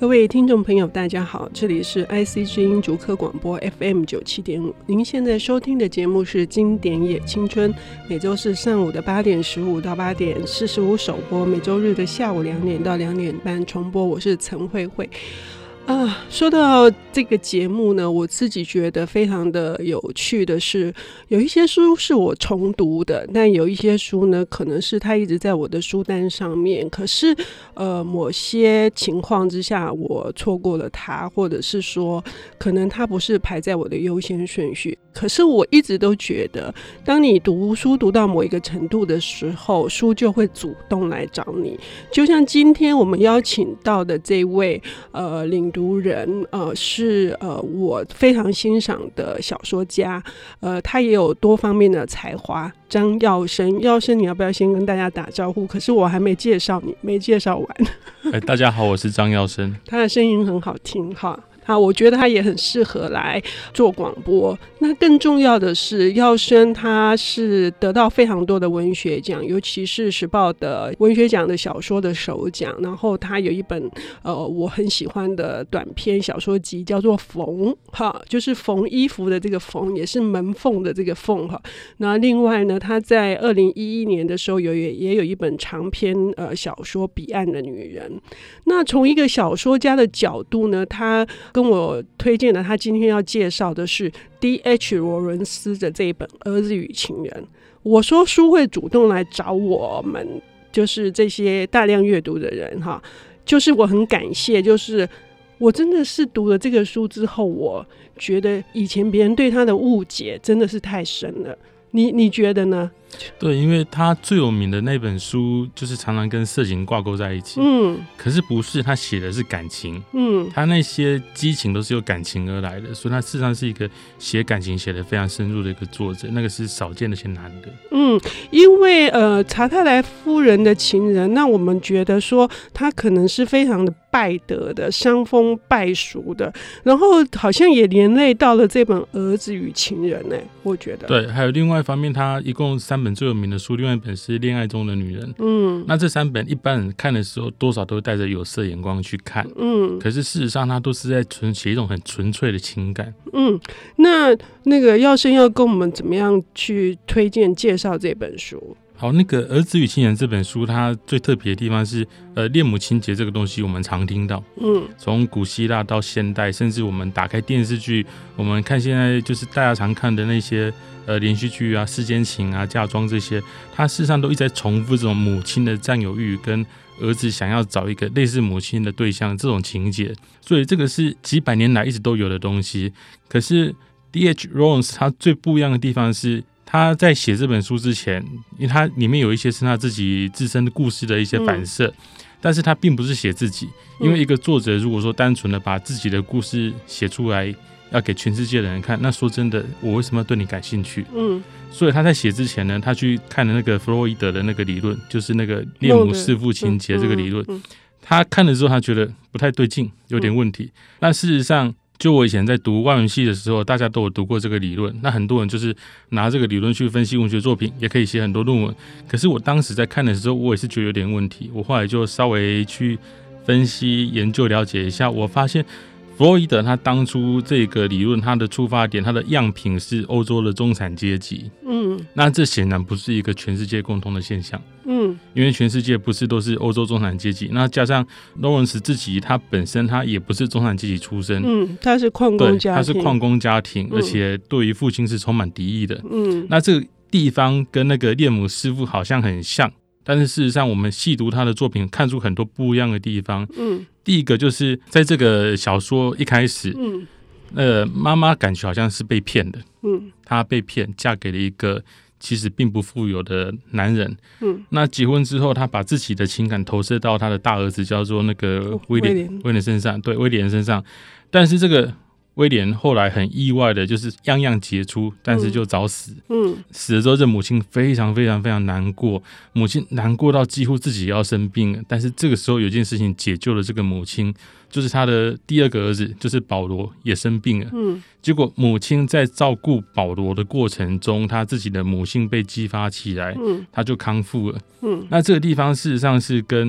各位听众朋友大家好，这里是 IC 之音竹科广播 FM 97.5，您现在收听的节目是经典也青春，每周四上午的8点15到8点45首播，每周日的下午2点到2点半重播。我是陈慧慧。说到这个节目呢，我自己觉得非常的有趣的是，有一些书是我重读的，但有一些书呢，可能是它一直在我的书单上面，可是某些情况之下我错过了它，或者是说可能它不是排在我的优先顺序。可是我一直都觉得，当你读书读到某一个程度的时候，书就会主动来找你。就像今天我们邀请到的这位领读人，是我非常欣赏的小说家，他也有多方面的才华。张耀升，耀升，你要不要先跟大家打招呼？可是我还没介绍你，没介绍完。 大家好，我是张耀升。 他的声音很好听哈。我觉得他也很适合来做广播。那更重要的是，耀升他是得到非常多的文学奖，尤其是时报的文学奖的小说的首奖。然后他有一本我很喜欢的短篇小说集，叫做缝，就是缝衣服的这个缝，也是门缝的这个缝哈。那另外呢，他在2011年的时候也有一本长篇小说《彼岸的女人》。那从一个小说家的角度呢，他跟我推荐的他今天要介绍的是 D.H. 罗伦斯的这一本《儿子与情人》。我说书会主动来找我们，就是这些大量阅读的人哈，就是我很感谢，就是我真的是读了这个书之后，我觉得以前别人对他的误解真的是太深了。你觉得呢？ 对，因为他最有名的那本书就是常常跟色情挂钩在一起，可是不是，他写的是感情，他那些激情都是由感情而来的，所以他事实上是一个写感情写得非常深入的一个作者，那个是少见的且难的。 因为查泰莱夫人的情人，那我们觉得说他可能是非常的败德的，伤风败俗的，然后好像也连累到了这本《儿子与情人》我觉得。 对，还有另外一方面，他一共3本最有名的书，另外一本是《恋爱中的女人》。那这3本一般人看的时候，多少都会带着有色眼光去看。可是事实上，他都是在写一种很纯粹的情感。那个耀升要跟我们怎么样去推荐介绍这本书？ 好，那个《儿子与情人》这本书，它最特别的地方是，恋母情节这个东西我们常听到，从古希腊到现代，甚至我们打开电视剧，我们看现在就是大家常看的那些连续剧啊、世间情啊、嫁妆这些，它事实上都一直在重复这种母亲的占有欲跟儿子想要找一个类似母亲的对象这种情节，所以这个是几百年来一直都有的东西。可是 D.H. Lawrence 他最不一样的地方是，他在写这本书之前，因为他里面有一些是他自己自身的故事的一些反射，但是他并不是写自己，因为一个作者如果说单纯的把自己的故事写出来要给全世界的人看，那说真的，我为什么要对你感兴趣？所以他在写之前呢，他去看了那个弗洛伊德的那个理论，就是那个恋母弑父情节这个理论，他看了之后他觉得不太对劲，有点问题。那事实上就我以前在读外文系的时候，大家都有读过这个理论，那很多人就是拿这个理论去分析文学作品，也可以写很多论文。可是我当时在看的时候，我也是觉得有点问题，我后来就稍微去分析研究了解一下，我发现弗洛伊德他当初这个理论，他的出发点，他的样品是欧洲的中产阶级。那这显然不是一个全世界共同的现象。因为全世界不是都是欧洲中产阶级，那加上劳伦斯自己他本身他也不是中产阶级出身， 他是矿工家庭， 他是矿工家庭，而且对于父亲是充满敌意的。那这个地方跟那个恋母弑父好像很像，但是事实上我们细读他的作品，看出很多不一样的地方。第一个就是在这个小说一开始，妈妈感觉好像是被骗的，她被骗嫁给了一个其实并不富有的男人。那结婚之后，她把自己的情感投射到她的大儿子叫做那个威廉身上，对，威廉身上。但是这个威廉后来很意外的就是样样杰出，但是就早死。死了之后，这母亲非常非常非常难过，母亲难过到几乎自己要生病了。但是这个时候有件事情解救了这个母亲，就是他的第二个儿子，就是保罗也生病了。结果母亲在照顾保罗的过程中，他自己的母性被激发起来，他就康复了。那这个地方事实上是跟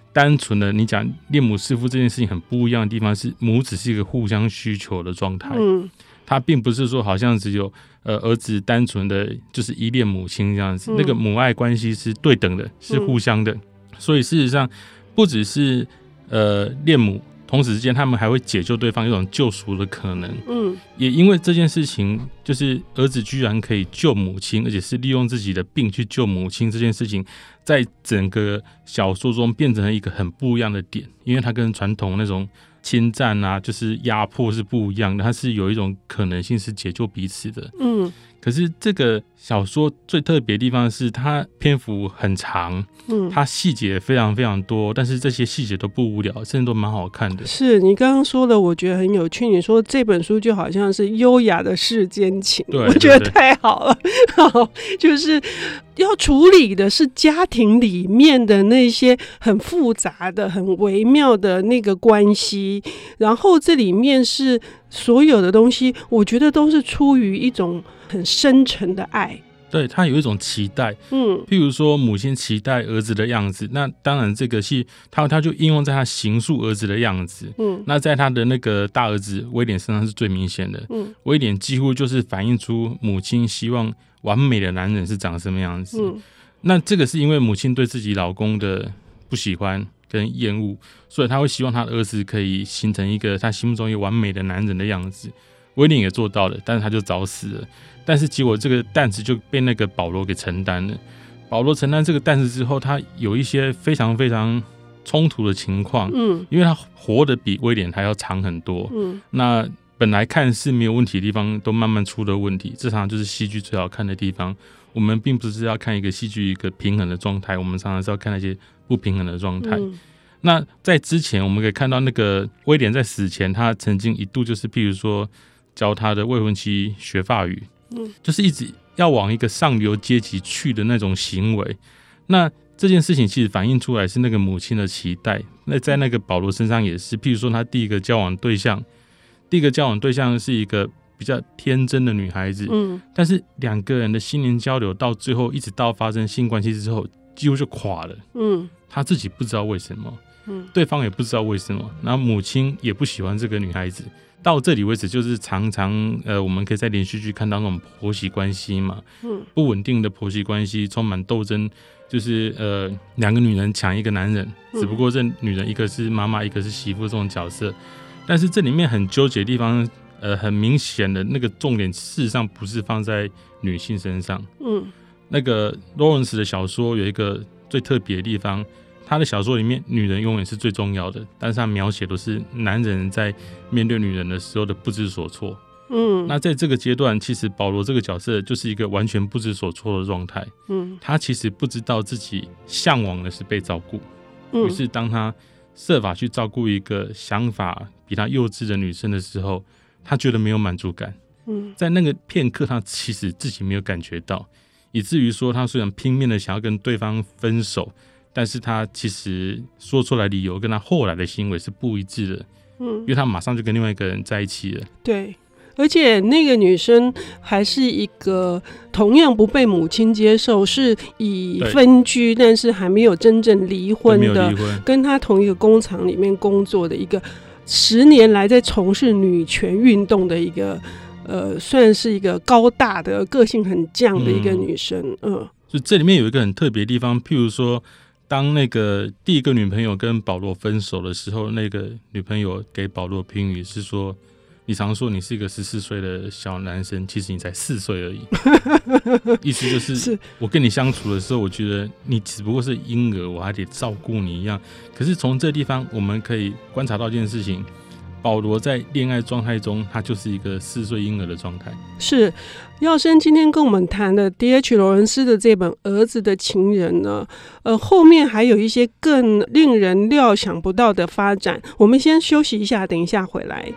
单纯的你讲恋母弑父这件事情很不一样的地方是，母子是一个互相需求的状态。它并不是说好像只有儿子单纯的就是依恋母亲这样子，那个母爱关系是对等的，是互相的。所以事实上不只是恋母，同时之间他们还会解救对方，有种救赎的可能。也因为这件事情，就是儿子居然可以救母亲，而且是利用自己的病去救母亲这件事情，在整个小说中变成了一个很不一样的点，因为它跟传统那种侵占啊，就是压迫是不一样的，它是有一种可能性是解救彼此的。可是这个小说最特别的地方是它篇幅很长，它细节非常非常多，但是这些细节都不无聊，甚至都蛮好看的。 是你刚刚说的，我觉得很有趣。你说这本书就好像是优雅的世间情， 对， 我觉得太好了。就是要处理的是家庭里面的那些很复杂的、很微妙的那个关系，然后这里面是所有的东西，我觉得都是出于一种很深沉的爱。 对，他有一种期待，譬如说母亲期待儿子的样子，那当然这个戏他就应用在他形塑儿子的样子，那在他的那个大儿子威廉身上是最明显的，威廉几乎就是反映出母亲希望完美的男人是长什么样子，那这个是因为母亲对自己老公的不喜欢跟厌恶，所以他会希望他的儿子可以形成一个他心目中一个完美的男人的样子。威廉也做到了，但是他就早死了。但是结果这个担子就被那个保罗给承担了。保罗承担这个担子之后，他有一些非常非常冲突的情况，因为他活得比威廉还要长很多，那本来看似没有问题的地方都慢慢出了问题，这常常就是戏剧最好看的地方。我们并不是要看一个戏剧一个平衡的状态，我们常常是要看那些不平衡的状态。那在之前我们可以看到那个威廉在死前，他曾经一度就是譬如说教他的未婚妻学法语，就是一直要往一个上流阶级去的那种行为。那这件事情其实反映出来是那个母亲的期待。那在那个保罗身上也是，譬如说他第一个交往对象是一个比较天真的女孩子，但是两个人的心灵交流到最后一直到发生性关系之后几乎就垮了，他自己不知道为什么，对方也不知道为什么，然后母亲也不喜欢这个女孩子。到这里为止，就是常常我们可以在连续剧看到那种婆媳关系嘛，不稳定的婆媳关系，充满斗争，就是两个女人抢一个男人，只不过这女人一个是妈妈，一个是媳妇这种角色。但是这里面很纠结的地方，很明显的那个重点，事实上不是放在女性身上。那个 Lawrence 的小说有一个最特别的地方。他的小说里面，女人永远是最重要的，但是他描写都是男人在面对女人的时候的不知所措。那在这个阶段，其实保罗这个角色就是一个完全不知所措的状态。他其实不知道自己向往的是被照顾，于是当他设法去照顾一个想法比他幼稚的女生的时候，他觉得没有满足感。在那个片刻，他其实自己没有感觉到，以至于说他虽然拼命的想要跟对方分手，但是他其实说出来理由跟他后来的行为是不一致的，因为他马上就跟另外一个人在一起了。 对，而且那个女生还是一个同样不被母亲接受，是以分居但是还没有真正离婚的，跟他同一个工厂里面工作的一个10年来在从事女权运动的一个算是一个高大的个性很犟的一个女生。 所以这里面有一个很特别的地方，譬如说当那个第一个女朋友跟保罗分手的时候，那个女朋友给保罗评语是说，你常说你是一个14岁的小男生，其实你才4岁而已。意思就是我跟你相处的时候，我觉得你只不过是婴儿，我还得照顾你一样。可是从这地方我们可以观察到一件事情，保罗在恋爱状态中，他就是一个4岁婴儿的状态。 是耀生今天跟我们谈的 D.H. 罗伦斯的这本《儿子的情人》呢，后面还有一些更令人料想不到的发展。我们先休息一下，等一下回来。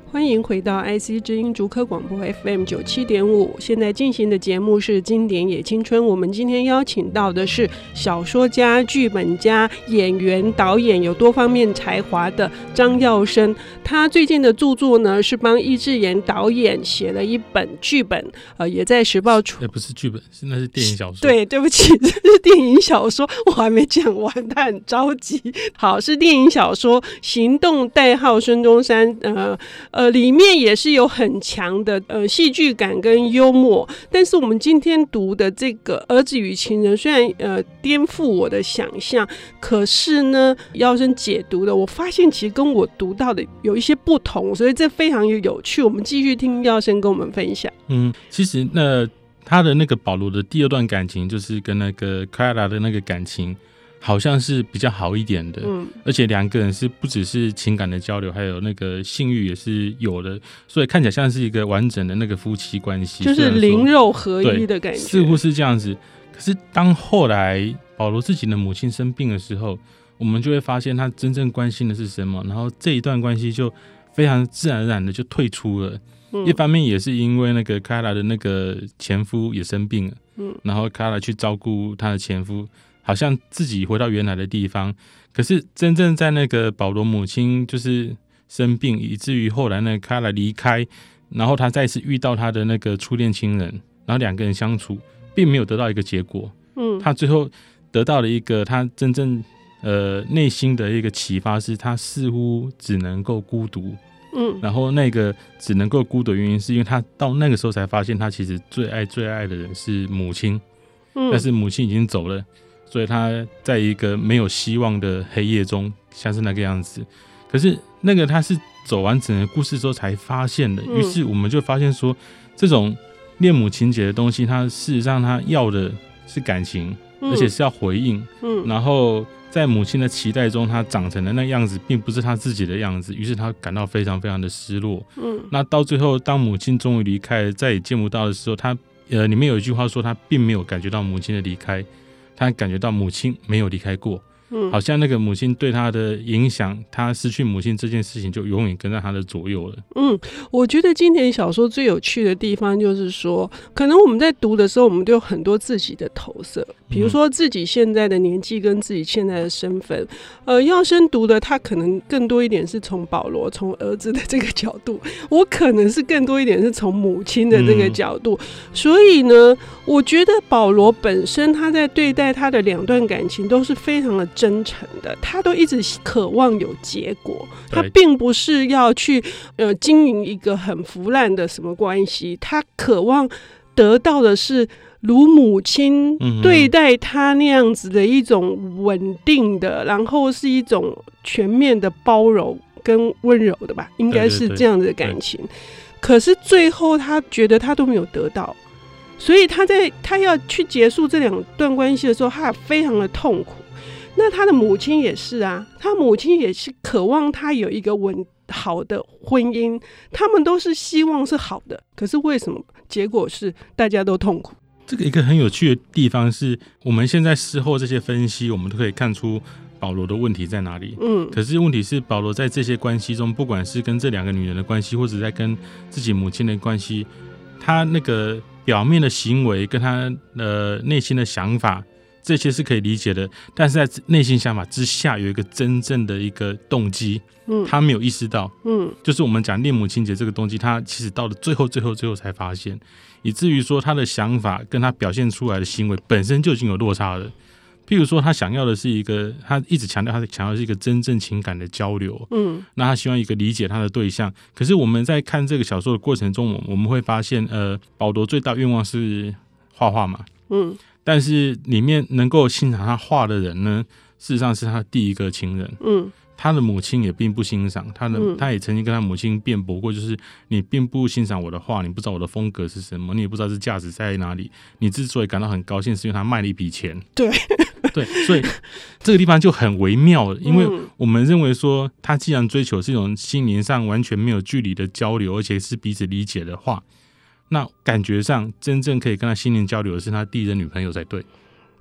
欢迎回到 IC 之音竹科广播 FM 97.5，现在进行的节目是经典也青春。我们今天邀请到的是小说家、剧本家、演员、导演，有多方面才华的张耀升。他最近的著作呢是帮易智言导演写了一本剧本，也在时报出。 不是剧本，那是电影小说。 对不起，这是电影小说，我还没讲完，他很着急。好，是电影小说《行动代号孙中山》，里面也是有很强的戏剧感跟幽默，但是我们今天读的这个《儿子与情人》虽然颠覆我的想象，可是呢耀升解读的我发现其实跟我读到的有一些不同，所以这非常有趣。我们继续听耀升跟我们分享。 其实他的那个保罗的第二段感情就是跟那个凯拉的那个感情好像是比较好一点的，而且两个人是不只是情感的交流，还有那个性欲也是有的，所以看起来像是一个完整的那个夫妻关系， 就是灵肉合一的感觉， 似乎是这样子。可是当后来保罗自己的母亲生病的时候，我们就会发现他真正关心的是什么，然后这一段关系就非常自然而然的就退出了。一方面也是因为那个凯拉的那个前夫也生病了，然后凯拉去照顾他的前夫，好像自己回到原来的地方，可是真正在那个保罗母亲就是生病，以至于后来那个凯拉离开，然后他再次遇到他的那个初恋情人，然后两个人相处，并没有得到一个结果。他最后得到了一个他真正内心的一个启发，是他似乎只能够孤独。然后那个只能够孤独的原因，是因为他到那个时候才发现，他其实最爱的人是母亲，但是母亲已经走了。所以他在一个没有希望的黑夜中，像是那个样子。可是那个他是走完整个故事之后才发现的，于是我们就发现说，这种恋母情节的东西，他事实上他要的是感情，而且是要回应。然后在母亲的期待中，他长成的那样子，并不是他自己的样子，于是他感到非常非常的失落。那到最后，当母亲终于离开，再也见不到的时候，他里面有一句话说，他并没有感觉到母亲的离开。他感觉到母亲没有离开过，好像那个母亲对他的影响，他失去母亲这件事情就永远跟在他的左右了。 我觉得经典小说最有趣的地方就是说，可能我们在读的时候，我们都有很多自己的投射，比如说自己现在的年纪跟自己现在的身份。耀升读的他可能更多一点是从保罗、从儿子的这个角度，我可能是更多一点是从母亲的这个角度。所以呢，我觉得保罗本身他在对待他的两段感情都是非常的真诚的，他都一直渴望有结果，他并不是要去经营一个很腐烂的什么关系，他渴望得到的是如母亲对待他那样子的一种稳定的，然后是一种全面的包容跟温柔的吧，应该是这样的感情。可是最后他觉得他都没有得到，所以他要去结束这两段关系的时候，他非常的痛苦。那他的母亲也是啊，他母亲也是渴望他有一个好的婚姻，他们都是希望是好的，可是为什么结果是大家都痛苦？ 这个一个很有趣的地方是，我们现在事后这些分析，我们都可以看出保罗的问题在哪里。可是问题是，保罗在这些关系中，不管是跟这两个女人的关系，或者在跟自己母亲的关系，他那个表面的行为跟他内心的想法，这些是可以理解的，但是在内心想法之下有一个真正的一个动机，他没有意识到，就是我们讲恋母情节这个东西，他其实到了最后才发现，以至于说他的想法跟他表现出来的行为本身就已经有落差了。譬如说他想要的是一个，他一直强调他想要的是一个真正情感的交流，那他希望一个理解他的对象。可是我们在看这个小说的过程中，我们会发现保罗最大愿望是画画嘛，但是里面能够欣赏他画的人呢，事实上是他第一个情人。他的母亲也并不欣赏他也曾经跟他母亲辩驳过，就是你并不欣赏我的画，你不知道我的风格是什么，你也不知道是价值在哪里，你之所以感到很高兴是因为他卖了一笔钱。 对， 所以这个地方就很微妙了，因为我们认为说他既然追求是一种心灵上完全没有距离的交流，而且是彼此理解的话，那感觉上真正可以跟他心灵交流的是他第一任女朋友才对。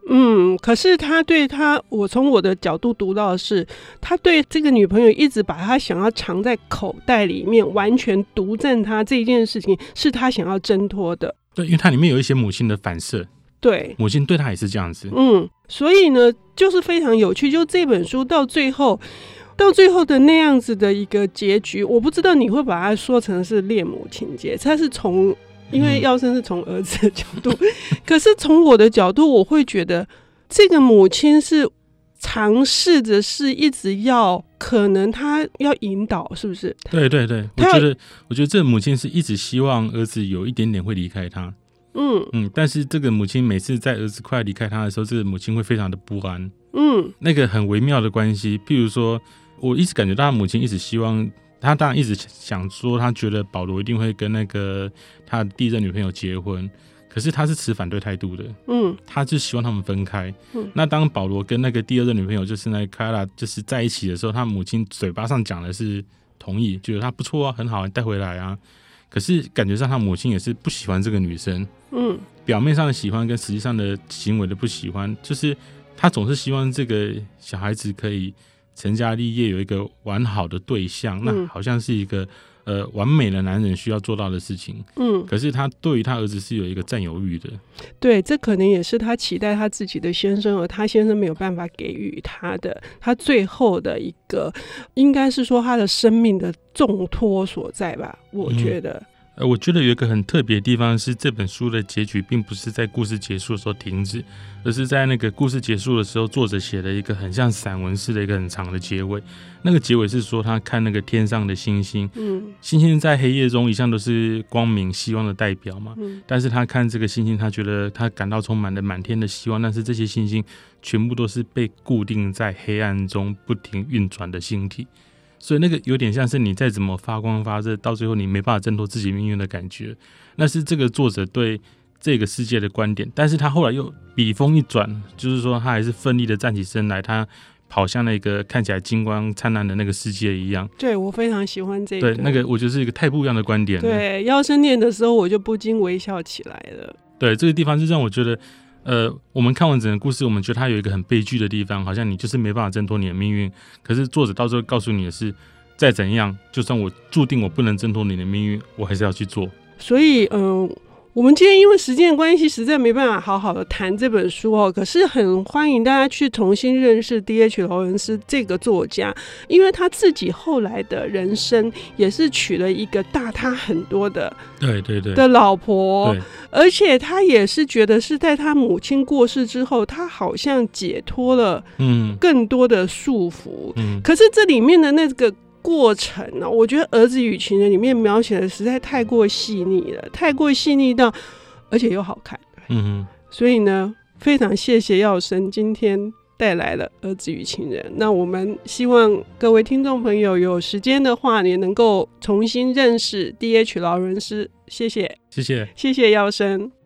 可是我从我的角度读到的是，他对这个女朋友一直把他想要藏在口袋里面，完全独占他这一件事情，是他想要挣脱的。 对，因为它里面有一些母亲的反射， 对， 母亲对他也是这样子。 所以呢，就是非常有趣。就这本书到最后的那样子的一个结局，我不知道你会把它说成是恋母情节，它是因为耀生是从儿子的角度，可是从我的角度，我会觉得这个母亲是尝试着是一直可能他要引导，是不是？ 对对对，我觉得这个母亲是一直希望儿子有一点点会离开他。但是这个母亲每次在儿子快要离开他的时候，这个母亲会非常的不安。那个很微妙的关系，譬如说，我一直感觉到他母亲一直希望，他当然一直想说，他觉得保罗一定会跟那个他的第一任女朋友结婚，可是他是持反对态度的。他就希望他们分开。那当保罗跟那个第二任女朋友就是那个卡拉就是在一起的时候，他母亲嘴巴上讲的是同意，觉得他不错啊，很好，你带回来啊。可是感觉上他母亲也是不喜欢这个女生。表面上的喜欢跟实际上的行为的不喜欢，就是他总是希望这个小孩子可以成家立业，有一个完好的对象，那好像是一个完美的男人需要做到的事情。可是他对于他儿子是有一个占有欲的。 对，这可能也是他期待他自己的先生，而他先生没有办法给予他的，他最后的一个应该是说他的生命的重托所在吧，我觉得。 我觉得有一个很特别的地方是，这本书的结局并不是在故事结束的时候停止，而是在那个故事结束的时候，作者写了一个很像散文式的一个很长的结尾。那个结尾是说他看那个天上的星星，星星在黑夜中一向都是光明希望的代表嘛，但是他看这个星星，他觉得他感到充满了满天的希望，但是这些星星全部都是被固定在黑暗中不停运转的星体。所以那个有点像是你再怎么发光发热，到最后你没办法挣脱自己命运的感觉，那是这个作者对这个世界的观点。但是他后来又笔锋一转，就是说他还是奋力的站起身来，他跑向那个看起来金光灿烂的那个世界一样。 对，我非常喜欢这个。 对，那个我觉得是一个太不一样的观点了。 对，耀生念的时候我就不禁微笑起来了。 对，这个地方是让我觉得我们看完整个故事，我们觉得它有一个很悲剧的地方，好像你就是没办法挣脱你的命运。可是作者到最后告诉你的是，再怎样，就算我注定我不能挣脱你的命运，我还是要去做。 所以，我们今天因为时间的关系，实在没办法好好的谈这本书哦。可是很欢迎大家去重新认识 D.H. 劳伦斯这个作家，因为他自己后来的人生也是娶了一个大他很多的的老婆，而且他也是觉得是在他母亲过世之后，他好像解脱了更多的束缚。可是这里面的那个过程呢，我觉得《儿子与情人》里面描写的实在太过细腻了，太过细腻到，而且又好看。所以呢，非常谢谢耀生今天带来了《儿子与情人》。那我们希望各位听众朋友有时间的话，也能够重新认识 D.H. 劳伦斯。谢谢， 谢谢， 谢谢耀生。